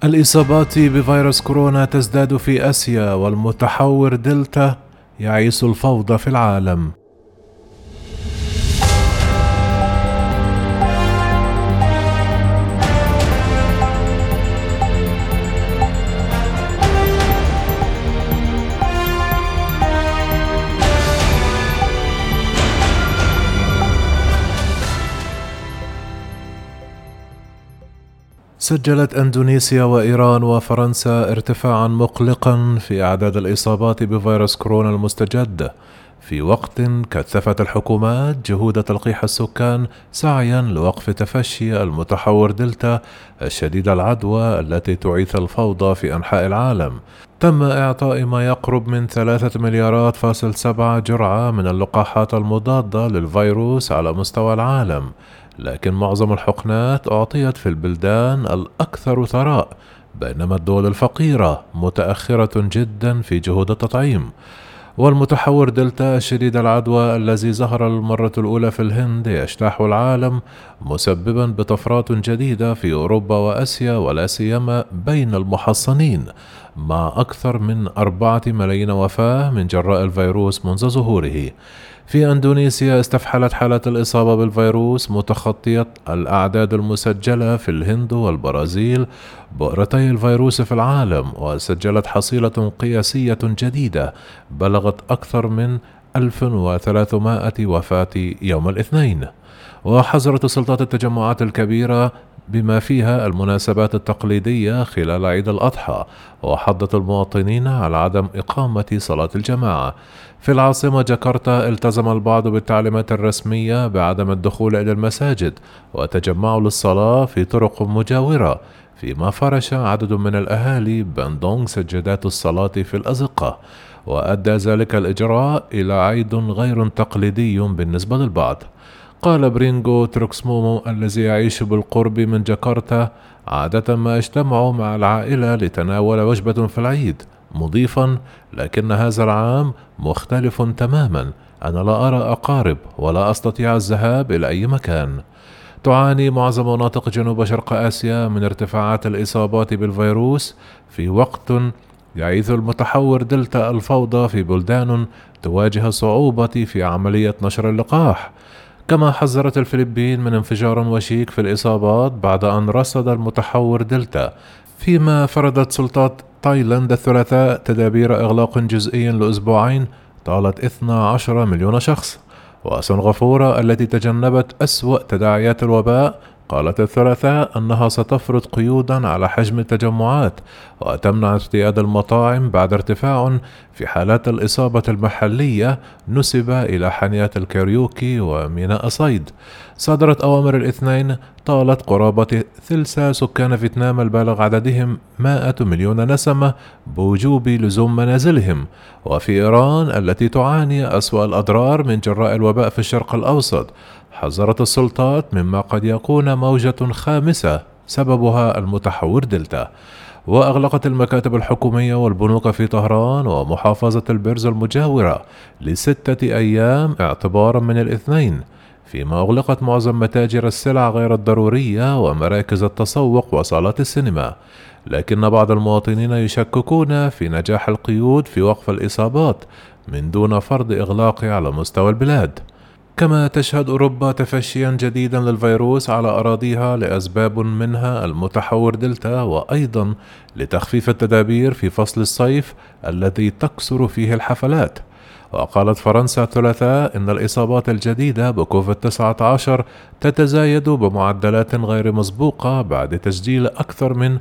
الإصابات بفيروس كورونا تزداد في آسيا، والمتحور دلتا يعيش الفوضى في العالم. سجلت إندونيسيا وإيران وفرنسا ارتفاعًا مقلقًا في أعداد الإصابات بفيروس كورونا المستجد، في وقت كثفت الحكومات جهود تلقيح السكان سعيًا لوقف تفشي المتحور دلتا الشديد العدوى التي تعيث الفوضى في أنحاء العالم. تم إعطاء ما يقرب من 3 مليارات فاصل 7 جرعة من اللقاحات المضادة للفيروس على مستوى العالم، لكن معظم الحقنات أعطيت في البلدان الأكثر ثراء، بينما الدول الفقيرة متأخرة جدا في جهود التطعيم. والمتحور دلتا الشديد العدوى الذي ظهر للمرة الأولى في الهند يجتاح العالم، مسببا بطفرات جديدة في أوروبا وآسيا، ولا سيما بين المحصنين، مع أكثر من 4 ملايين وفاة من جراء الفيروس منذ ظهوره. في أندونيسيا استفحلت حالات الإصابة بالفيروس متخطية الأعداد المسجلة في الهند والبرازيل، بؤرتي الفيروس في العالم، وسجلت حصيلة قياسية جديدة بلغت أكثر من 1300 وفاة يوم الاثنين. وحظرت السلطات التجمعات الكبيرة بما فيها المناسبات التقليدية خلال عيد الأضحى، وحضت المواطنين على عدم إقامة صلاة الجماعة. في العاصمة جاكرتا التزم البعض بالتعليمات الرسمية بعدم الدخول إلى المساجد وتجمعوا للصلاة في طرق مجاورة، فيما فرش عدد من الأهالي بندونغ سجادات الصلاة في الأزقة، وأدى ذلك الإجراء إلى عيد غير تقليدي بالنسبة للبعض. قال برينغو تروكسمومو الذي يعيش بالقرب من جاكرتا: عادة ما اجتمع مع العائلة لتناول وجبة في العيد، مضيفا: لكن هذا العام مختلف تماما، أنا لا أرى أقارب ولا أستطيع الذهاب إلى أي مكان. تعاني معظم مناطق جنوب شرق آسيا من ارتفاعات الإصابات بالفيروس، في وقت يعيث المتحور دلتا الفوضى في بلدان تواجه صعوبة في عملية نشر اللقاح. كما حذرت الفلبين من انفجار وشيك في الإصابات بعد أن رصد المتحور دلتا، فيما فرضت سلطات تايلاند الثلاثاء تدابير إغلاق جزئي لأسبوعين طالت 12 مليون شخص. وسنغافورة التي تجنبت أسوأ تداعيات الوباء قالت الثلاثاء أنها ستفرض قيودا على حجم التجمعات وتمنع ارتياد المطاعم بعد ارتفاع في حالات الإصابة المحلية نسب إلى حانيات الكاريوكي وميناء صيد. صدرت أوامر الاثنين طالت قرابة ثلث سكان فيتنام البالغ عددهم 100 مليون نسمة بوجوب لزوم منازلهم. وفي إيران التي تعاني أسوأ الأضرار من جراء الوباء في الشرق الأوسط، حذرت السلطات مما قد يكون موجة خامسة سببها المتحور دلتا، وأغلقت المكاتب الحكومية والبنوك في طهران ومحافظة البرز المجاورة ل6 أيام اعتبارا من الاثنين، فيما أغلقت معظم متاجر السلع غير الضرورية ومراكز التسوق وصالات السينما. لكن بعض المواطنين يشككون في نجاح القيود في وقف الإصابات من دون فرض إغلاق على مستوى البلاد. كما تشهد أوروبا تفشيا جديدا للفيروس على أراضيها لأسباب منها المتحور دلتا، وأيضا لتخفيف التدابير في فصل الصيف الذي تكثر فيه الحفلات. وقالت فرنسا الثلاثاء إن الإصابات الجديدة بكوفيد 19 تتزايد بمعدلات غير مسبوقة بعد تسجيل أكثر من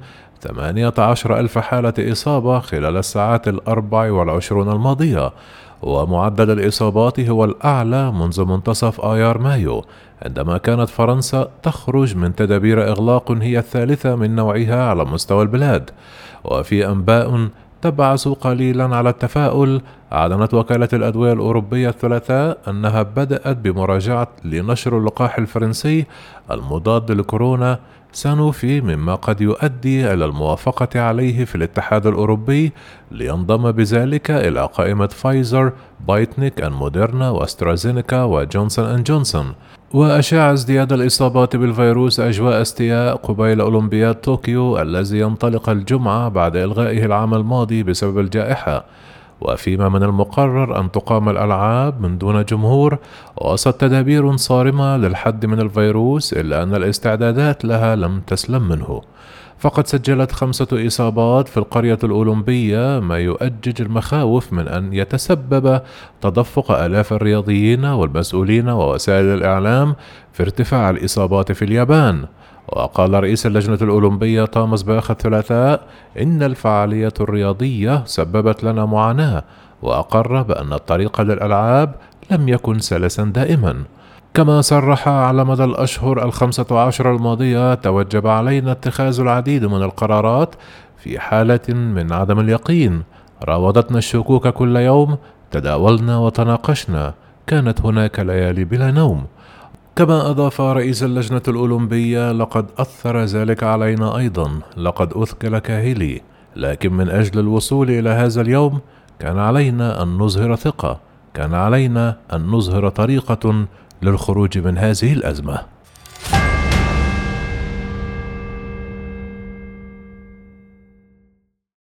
18 ألف حالة إصابة خلال الساعات 24 الماضية، ومعدل الإصابات هو الأعلى منذ منتصف آيار مايو، عندما كانت فرنسا تخرج من تدابير إغلاق هي الثالثة من نوعها على مستوى البلاد. وفي أنباء تبعث قليلا على التفاؤل، أعلنت وكالة الأدوية الأوروبية الثلاثاء أنها بدأت بمراجعة لنشر اللقاح الفرنسي المضاد لكورونا سانوفي، مما قد يؤدي إلى الموافقة عليه في الاتحاد الأوروبي لينضم بذلك إلى قائمة فايزر، بايتنيك أند موديرنا وأسترازينيكا وجونسون أند جونسون. وأشاع ازدياد الإصابات بالفيروس أجواء استياء قبيل أولمبياد طوكيو الذي ينطلق الجمعة بعد إلغائه العام الماضي بسبب الجائحة، وفيما من المقرر أن تقام الألعاب من دون جمهور وسط تدابير صارمة للحد من الفيروس، إلا أن الاستعدادات لها لم تسلم منه. فقد سجلت 5 إصابات في القرية الأولمبية، ما يؤجج المخاوف من أن يتسبب تدفق آلاف الرياضيين والمسؤولين ووسائل الإعلام في ارتفاع الإصابات في اليابان. وقال رئيس اللجنة الأولمبية توماس باخ الثلاثاء: إن الفعالية الرياضية سببت لنا معاناة، وأقر بأن الطريق للألعاب لم يكن سلسا دائما. كما صرح على مدى الأشهر 15 الماضية توجب علينا اتخاذ العديد من القرارات في حالة من عدم اليقين، راودتنا الشكوك كل يوم، تداولنا وتناقشنا، كانت هناك ليالي بلا نوم. كما أضاف رئيس اللجنة الأولمبية: لقد أثر ذلك علينا أيضا، لقد أثقل كاهلي، لكن من أجل الوصول إلى هذا اليوم كان علينا أن نظهر ثقة، كان علينا أن نظهر طريقة للخروج من هذه الأزمة.